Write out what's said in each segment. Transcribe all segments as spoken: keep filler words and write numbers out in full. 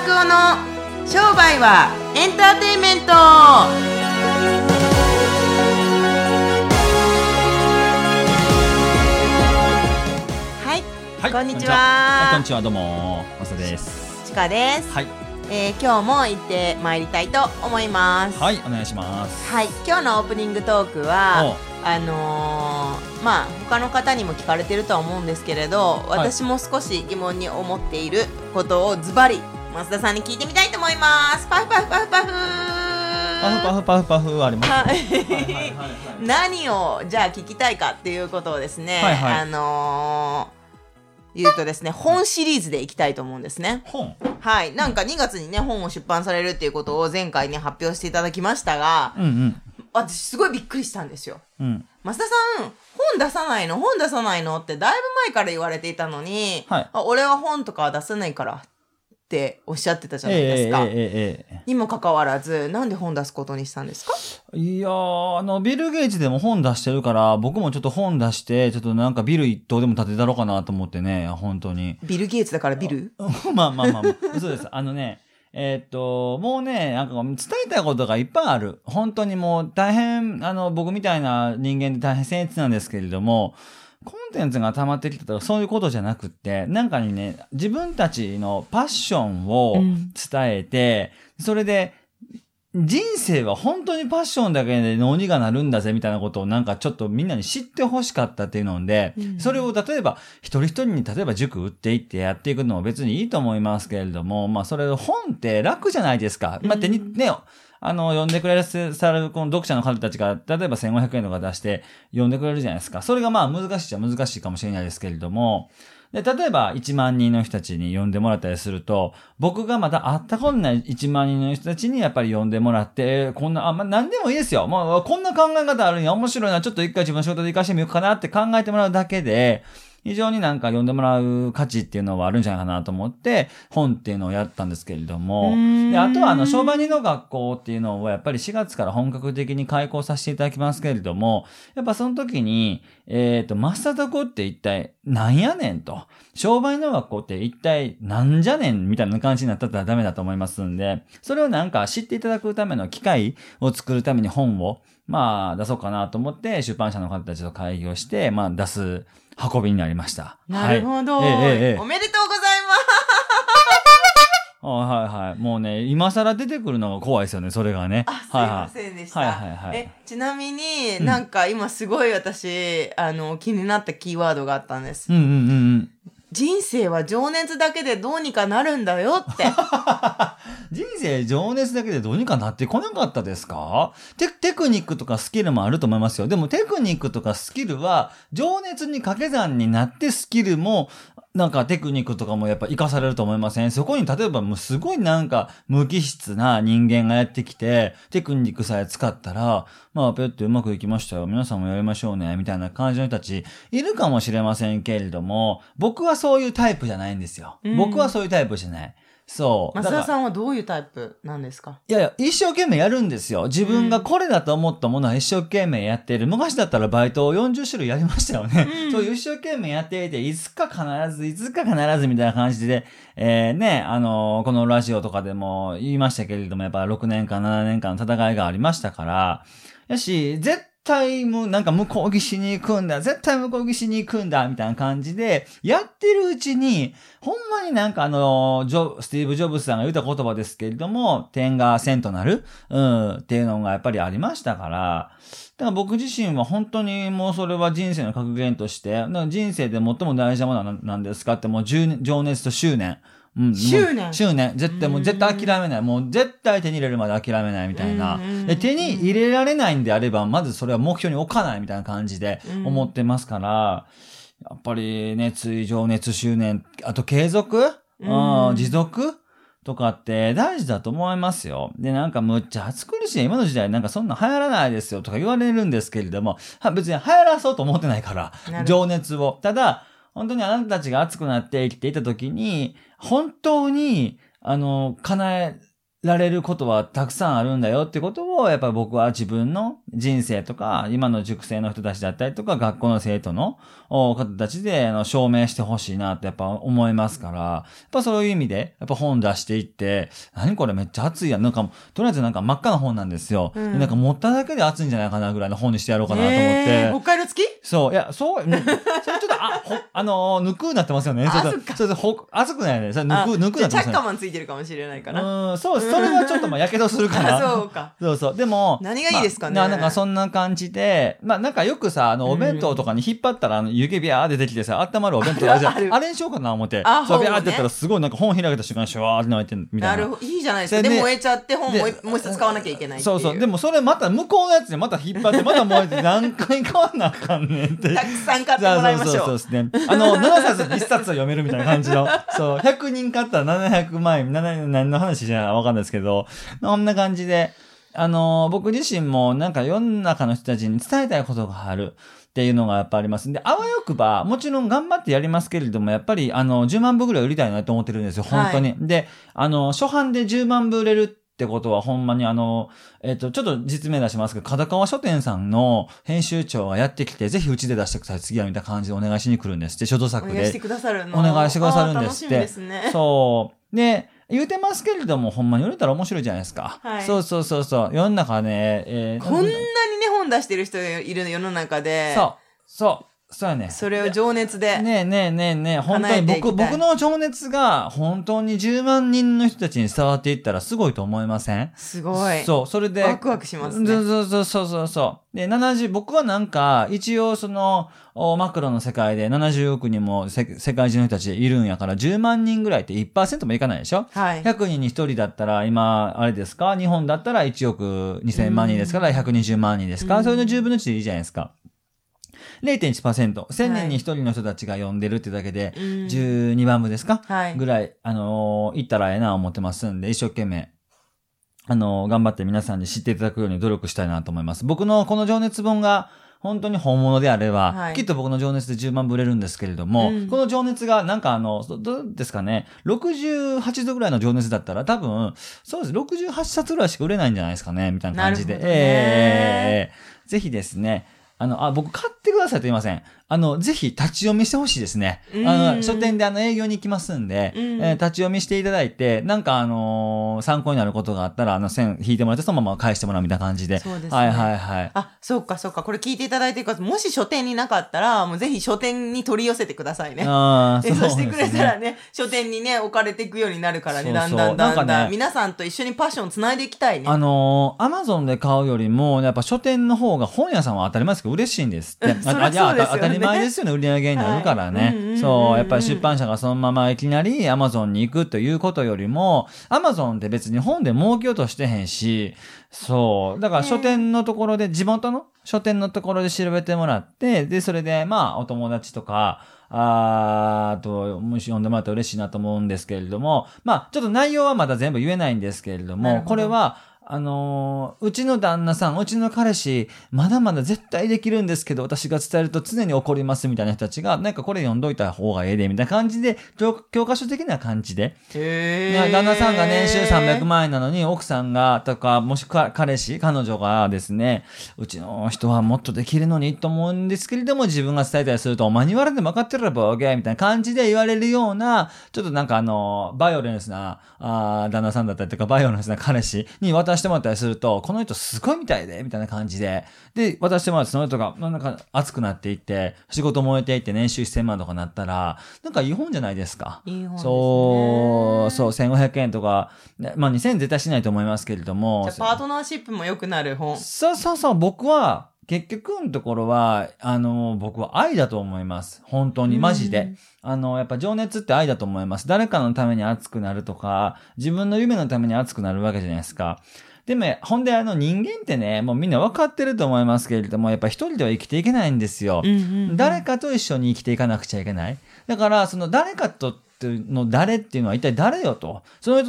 拓夫の商売はエンターテインメント。はい、 はい、こんにちは。 はい、こんにちは。どうもマサです。 ちかです。 はい、 えー、今日も行ってまいりたいと思います。 はい、お願いします。 はい、今日のオープニングトークはあのー、まあ他の方にも聞かれてるとは思うんですけれど、私も少し疑問に思っていることをズバリ増田さんに聞いてみたいと思います。パフパフパフパフパフパフパフパフあります。 何をじゃあ聞きたいかっていうことをですね、 はいはい、 あのー、言うとですね、本シリーズでいきたいと思うんですね。 本、 はい、なんかにがつにね本を出版されるっていうことを前回ね発表していただきましたが、 うんうん、 私すごいびっくりしたんですよ。 うん、 増田さん本出さないの本出さないのってだいぶ前から言われていたのに、 はい、 あ俺は本とかは出せないからっておっしゃってたじゃないですか、えーえーえー、にもかかわらずなんで本出すことにしたんですか？ いやー、あのビル・ゲイツでも本出してるから僕もちょっと本出してちょっとなんかビル一棟でも建てたろうかなと思ってね。本当にビル・ゲイツだからビルまあまあまあ、まあ、そうです。あのねえー、っと、もうね、なんか伝えたいことがいっぱいある。本当にもう大変、あの、僕みたいな人間で大変僭越なんですけれども、コンテンツが溜まってきたとかそういうことじゃなくって、なんかにね、自分たちのパッションを伝えて、うん、それで、人生は本当にパッションだけで脳にがなるんだぜみたいなことをなんかちょっとみんなに知ってほしかったっていうので、うん、それを例えば一人一人に例えば塾売っていってやっていくのも別にいいと思いますけれども、まあそれ本って楽じゃないですか。まあ手にね、あの読んでくれるされるこの読者の方たちが例えばせんごひゃくえんとか出して読んでくれるじゃないですか。それがまあ難しいっちゃ難しいかもしれないですけれども、で、例えばいちまんにんの人たちに読んでもらったりすると、僕がまだ会ったことないいちまんにんの人たちにやっぱり読んでもらって、こんな、あ、まあ、何でもいいですよ。もうこんな考え方あるんや、面白いな、ちょっと一回自分の仕事で活かしてみようかなって考えてもらうだけで、非常になんか読んでもらう価値っていうのはあるんじゃないかなと思って、本っていうのをやったんですけれども、で、あとはあの、商売人の学校っていうのをやっぱりしがつから本格的に開講させていただきますけれども、やっぱその時に、えっと、マスタートコって一体何やねんと、商売の学校って一体何じゃねんみたいな感じになったらダメだと思いますんで、それをなんか知っていただくための機会を作るために本を、まあ出そうかなと思って出版社の方たちと会議をして、まあ出す運びになりました。 なるほど、 はい、ええええ、 おめでとうございますはいはい。もうね、今更出てくるのが怖いですよね、それがね。 あ、すいませんでした。 はいはいはい。 え、ちなみに、うん、なんか今すごい私、あの、気になったキーワードがあったんです。 うんうんうんうん。 人生は情熱だけでどうにかなるんだよって。 人生情熱だけでどうにかなってこなかったですか？テ、テクニックとかスキルもあると思いますよ。でもテクニックとかスキルは情熱に掛け算になってスキルもなんかテクニックとかもやっぱ活かされると思いません？そこに例えばもうすごいなんか無機質な人間がやってきてテクニックさえ使ったらまあペッてうまくいきましたよ。皆さんもやりましょうねみたいな感じの人たちいるかもしれませんけれども、僕はそういうタイプじゃないんですよ。僕はそういうタイプじゃない。そう。 増田さんはどういうタイプなんですか？ いやいや、一生懸命やるんですよ。自分がこれだと思ったものは一生懸命やっている。昔だったらバイトをよんじゅっしゅるいやりましたよね。うん、そういう一生懸命やっていて、いつか必ず、いつか必ずみたいな感じで、えー、ね、あのー、このラジオとかでも言いましたけれども、やっぱろくねんかん、ななねんかんの戦いがありましたから、やし、絶対絶対もなんか向こう岸しに行くんだ、絶対向こう岸しに行くんだ、みたいな感じで、やってるうちに、ほんまになんかあの、ジョ、スティーブ・ジョブズさんが言った言葉ですけれども、点が線となる、うん、っていうのがやっぱりありましたから、だから僕自身は本当にもうそれは人生の格言として、人生で最も大事なものは何ですかってもう情熱と執念。 うん、執念執念。絶対もう絶対諦めない。もう絶対手に入れるまで諦めないみたいな。で手に入れられないんであれば、まずそれは目標に置かないみたいな感じで思ってますから、やっぱり熱意、情熱、執念、あと継続、うん、持続とかって大事だと思いますよ。で、なんかむっちゃ暑苦しい。今の時代なんかそんな流行らないですよとか言われるんですけれども、別に流行らそうと思ってないから、情熱を。ただ、本当にあなたたちが熱くなって生きていた時に、本当に、あの、叶えられることはたくさんあるんだよってことを、やっぱり僕は自分の人生とか、今の塾生の人たちだったりとか、学校の生徒の方たちであの証明してほしいなってやっぱ思いますから、やっぱそういう意味で、やっぱ本出していって、何これめっちゃ熱いやん。なんか、とりあえずなんか真っ赤な本なんですよ。うん、なんか持っただけで熱いんじゃないかなぐらいの本にしてやろうかなと思って。 えー、北海道付き？ そう、いや、そう、それちょっと、あ、ほ、あのー、ぬくーなってますよね。 あ、 ちょっと、ちょっと、ほ、熱くないよね。それぬく、ぬくなってますよね。 チャッカマンついてるかもしれないかな。 うん、そう、それはちょっとまあ、やけどするかな。 そうか。 そうそう。でも、 何がいいですかね。 まあ、なんかそんな感じで、まあなんかよくさ、あの、お弁当とかに引っ張ったら、あの、湯気ビャー出てきてさ、温まるお弁当あるじゃん。あれにしようかな思って。 あ、 そう、ビャーってやったらすごいなんか本開けた瞬間にシュワーって泣いてるみたいな。 なるほど。いいじゃないですか。で、燃えちゃって本もう一つ使わなきゃいけないっていう。 そうそう。でもそれまた向こうのやつでまた引っ張って、また燃えて何回買わなあかんねんって。 たくさん買ってもらいましょう。 そうそうそうですね。あの、ななさついっさつは読めるみたいな感じの。そう、ひゃくにん買ったらななひゃくまんえん、何の話じゃわかんないですけど、こんな感じで、あのー、僕自身もなんか世の中の人たちに伝えたいことがあるっていうのがやっぱありますんで、あわよくば、もちろん頑張ってやりますけれども、やっぱりあの、じゅうまんぶぐらい売りたいなと思ってるんですよ、本当に。はい、で、あの、初版でじゅうまんぶ売れるってことはほんまにあの、えっと、ちょっと実名出しますけど、角川書店さんの編集長がやってきて、ぜひうちで出してください、次はみたいな感じでお願いしに来るんですって、書道作で。 お願いしてくださるの？ お願いしてくださるんですって。 楽しみですね。 そう。で、言うてますけれども、ほんまに売れたら面白いじゃないですか。はい、そうそうそうそう。世の中ね、 えー、こんなにね、本出してる人いる世の中で。 そう。そう。そうやね。 それを情熱で。 ねえねえねえねえ、本当に僕、僕の情熱が本当にじゅうまんにんの人たちに伝わっていったらすごいと思いません？ すごい。 そう、それで。 ワクワクしますね。 そうそうそうそうそう。で、ななじゅう、僕はなんか、一応その、マクロの世界でななじゅうおくにも世界中の人たちいるんやから、じゅうまんにんぐらいって いちパーセント もいかないでしょ？はい。ひゃくにんにひとりだったら、今、あれですか？日本だったらいちおくにせんまんにんですからひゃくにじゅうまんにんですか？それのじゅうぶんのいちでいいじゃないですか。れいてんいちパーセント。せんにんにひとりの人たちが読んでるってだけで、じゅうにばんぶですか？はい。ぐらい、あのー、いったらええな思ってますんで、一生懸命、あのー、頑張って皆さんに知っていただくように努力したいなと思います。僕のこの情熱本が、本当に本物であれば、はい、きっと僕の情熱でじゅうまんぶ売れるんですけれども、うん、この情熱がなんかあの、どうですかね、ろくじゅうはちどぐらいの情熱だったら多分、そうです、ろくじゅうはちさつぐらいしか売れないんじゃないですかね、みたいな感じで。えー、ぜひですね、あの、あ、僕買ってくださいと言いません。あの、ぜひ立ち読みしてほしいですね。あの、書店であの営業に行きますんで、んえー、立ち読みしていただいて、なんかあのー、参考になることがあったら、あの、線引いてもらってそのまま返してもらうみたいな感じで。 そうですね。 はいはいはい。 あ、そうかそうか。これ聞いていただいてる方、もし書店になかったら、もうぜひ書店に取り寄せてくださいね。 ああ、 そうですね。そしてくれたらね、書店にね、置かれていくようになるからね、そうそうだんだんだんだん。なんかね、皆さんと一緒にパッションをつないでいきたいね。 あのー、アマゾンで買うよりも、やっぱ書店の方が本屋さんは当たり前ですけど嬉しいんですって。 そりゃそうですよね。 当たり前ですよね、売り上げになるからね。はい、うんうんうんうん、そう、やっぱり出版社がそのままいきなり Amazon に行くということよりも、Amazon って別に本で儲けようとしてへんし、そう、だから書店のところで、地元の書店のところで調べてもらって、で、それでまあお友達とか、あーと、もし読んでもらったら嬉しいなと思うんですけれども、まあちょっと内容はまだ全部言えないんですけれども、これは、あのー、うちの旦那さん、うちの彼氏、まだまだ絶対できるんですけど、私が伝えると常に怒りますみたいな人たちが、なんかこれ読んどいた方がええで、みたいな感じで、教, 教科書的な感じで。 へー。 旦那さんが年収さんびゃくまんえんなのに、奥さんが、とか、もしくは彼氏、彼女がですね、うちの人はもっとできるのにと思うんですけれども、自分が伝えたりすると、お前に言われても分かってるらボケみたいな感じで言われるような、ちょっとなんかあの、バイオレンスな、あ旦那さんだったりとか、バイオレンスな彼氏に渡してもらったりすると、この人すごいみたいで、みたいな感じで、で、渡してもらってその人が、なんか熱くなっていって、仕事燃えていって年収せんまんとかなったら、なんかいい本じゃないですか。 いい本ですね。 そう、そう、せんごひゃくえんとか、まあにせんえん絶対しないと思いますけれども。 じゃあパートナーシップも良くなる本。 そうそうそう、僕は、結局のところは、あの、僕は愛だと思います。本当に、マジで。あの、やっぱ情熱って愛だと思います。誰かのために熱くなるとか、自分の夢のために熱くなるわけじゃないですか。でも、ほんであの人間ってね、もうみんな分かってると思いますけれども、やっぱ一人では生きていけないんですよ。 うんうんうん、 誰かと一緒に生きていかなくちゃいけない。だから、その誰かとの誰っていうのは一体誰よと。その人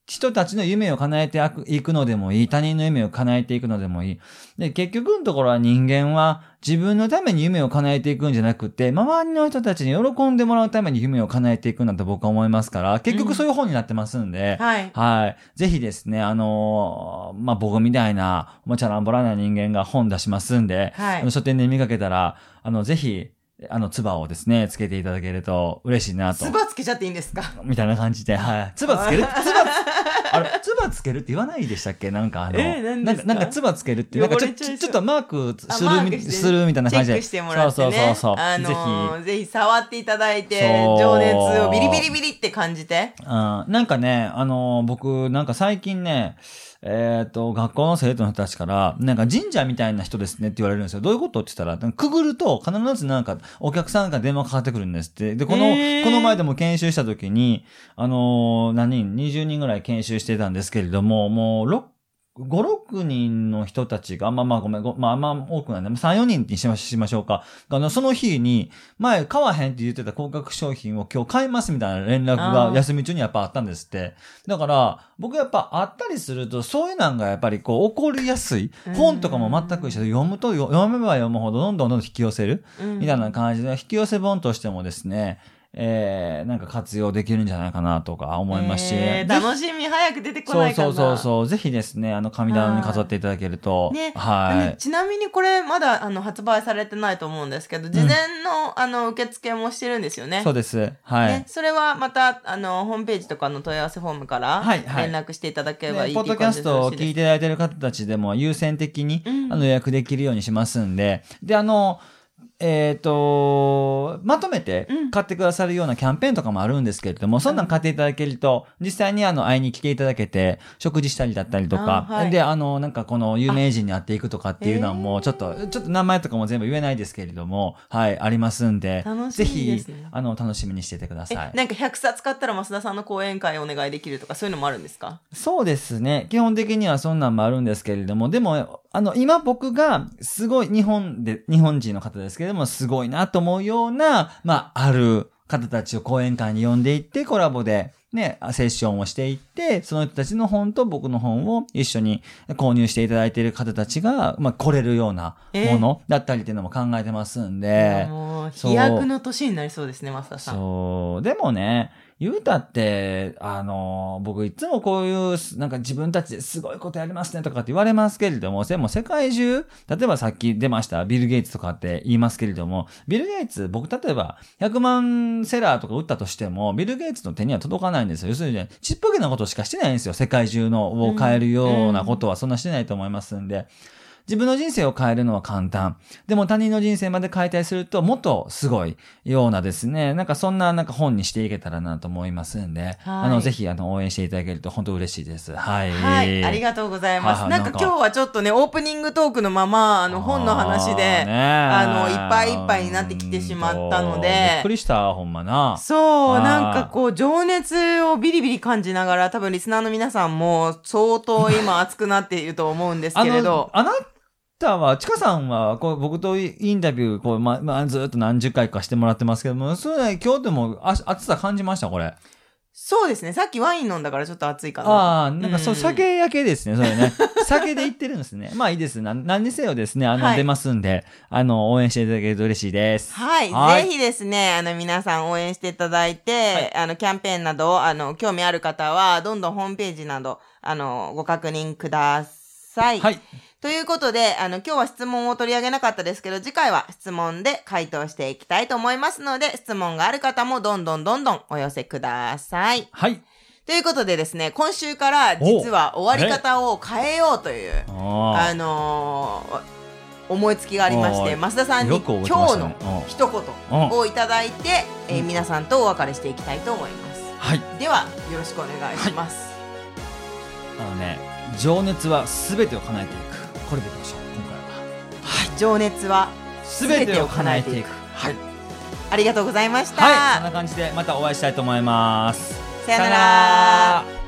人たちの夢を叶えていくのでもいい。他人の夢を叶えていくのでもいい。で、結局のところは人間は自分のために夢を叶えていくんじゃなくて、周りの人たちに喜んでもらうために夢を叶えていくんだと僕は思いますから、結局そういう本になってますんで、 うん、はい。 はい。ぜひですね、あのー、まあ、僕みたいな、おもちゃらんぼらな人間が本出しますんで、はい、書店で見かけたら、あの、ぜひ、あの、唾をですね、つけていただけると嬉しいなと。 唾つけちゃっていいんですかみたいな感じで、はい。唾つける唾あれ、唾つけるって言わないでしたっけなんかあの、 えー、何ですかなんか、なんか唾つけるって、なんかちょちょっとマークする、するみたいな感じで。 チェックしてもらってね。 そうそうそうそう。 あのー、ぜひ。ぜひ触っていただいて、情熱をビリビリビリって感じて。 うん。なんかね、あのー、僕、なんか最近ね、えっと、学校の生徒の人たちから、なんか神社みたいな人ですねって言われるんですよ。どういうことって言ったら、くぐると必ずなんかお客さんが電話かかってくるんですって。で、この、この前でも研修した時に、あのー、何人 ?にじゅう 人ぐらい研修してたんですけれども、もう、ろご、ろくにんの人たちが、まあまあごめん、まああんま多くないね。さん、よにんにしましましょうか。あの、その日に、前買わへんって言ってた高額商品を今日買いますみたいな連絡が休み中にやっぱあったんですって。だから、僕やっぱあったりすると、そういうのがやっぱりこう起こりやすい。本とかも全く一緒で、読むと、読めば読むほどどんどんどんどん引き寄せる。みたいな感じで、引き寄せ本としてもですね、えー、なんか活用できるんじゃないかなとか思いますし。 えー、楽しみ、早く出てこないかな。 そうそうそうそう。ぜひですね、あの、神棚に飾っていただけると。 ね。 はい、 ね。ちなみにこれ、まだ、あの、発売されてないと思うんですけど、事前の、うん、あの、受付もしてるんですよね。 そうです。はい。ね、 それはまた、あの、ホームページとかの問い合わせフォームから、はい、連絡していただければいいという感じです、ね。 ポッドキャストを聞いていただいている方たちでも優先的に、うん、あの、予約できるようにしますんで。で、あの、えっ、ー、と、まとめて買ってくださるようなキャンペーンとかもあるんですけれども、うん、そんなん買っていただけると、実際にあの、会いに来ていただけて、食事したりだったりとか、はい、で、あの、なんかこの有名人に会っていくとかっていうのも、ちょっと、ちょっと名前とかも全部言えないですけれども、はい、ありますんで、 楽しみですね、 ぜひ、あの、楽しみにしててください。 なんかひゃくさつ買ったら増田さんの講演会お願いできるとか、そういうのもあるんですか？ そうですね。基本的にはそんなんもあるんですけれども、でも、あの、今僕がすごい日本で、日本人の方ですけれども、すごいなと思うような、まあ、ある方たちを講演会に呼んでいって、コラボでね、セッションをしていって、その人たちの本と僕の本を一緒に購入していただいている方たちが、まあ、来れるようなものだったりっていうのも考えてますんで。 もう、飛躍の年になりそうですね、増田さん。 そう。でもね、言うたって、あの、僕いつもこういう、なんか自分たちですごいことやりますねとかって言われますけれども、でも世界中、例えばさっき出ましたビル・ゲイツとかって言いますけれども、ビル・ゲイツ、僕例えばひゃくまんセラーとか売ったとしても、ビル・ゲイツの手には届かないんですよ。要するにね、ちっぽけなことしかしてないんですよ。世界中のを変えるようなことはそんなしてないと思いますんで。うんうん自分の人生を変えるのは簡単。でも他人の人生まで変えたりするともっとすごいようなですね。なんかそんななんか本にしていけたらなと思いますんで、はい、あのぜひあの応援していただけると本当嬉しいです。はい。 はい。ありがとうございます。ははなんか今日はちょっとね、オープニングトークのまま、あの本の話で、あ, あの、いっぱいいっぱいになってきてしまったので。 びっくりした、ほんまな。 そう、なんかこう、情熱をビリビリ感じながら、多分リスナーの皆さんも相当今熱くなっていると思うんですけれど。 あの、あなたは、ちかさんは、こう、僕とインタビュー、こう、ま、まあ、ずっと何十回かしてもらってますけども、それ、今日でも、あ、暑さ感じました、これ。 そうですね。さっきワイン飲んだからちょっと暑いかな。 ああ、なんかそう、酒焼けですね、それね。酒で言ってるんですね。まあいいです。な、何にせよですね、あの、はい、出ますんで、あの、応援していただけると嬉しいです。 はい。はいぜひですね、あの、皆さん応援していただいて、はい、あの、キャンペーンなど、あの、興味ある方は、どんどんホームページなど、あの、ご確認ください。はい。ということで、あの、今日は質問を取り上げなかったですけど、次回は質問で回答していきたいと思いますので、質問がある方もどんどんどんどんお寄せください。 はい。 ということでですね、今週から実は終わり方を変えようという、あのー、思いつきがありまして、増田さんに今日の一言をいただいて、えー、皆さんとお別れしていきたいと思います。 はい。 では、よろしくお願いします。 はい、あのね、情熱は全てを叶えていく。これでいきましょう、今回は。 はい、情熱は全てを叶えていく。 はい。 ありがとうございました。 はい、そんな感じでまたお会いしたいと思います。 さよなら。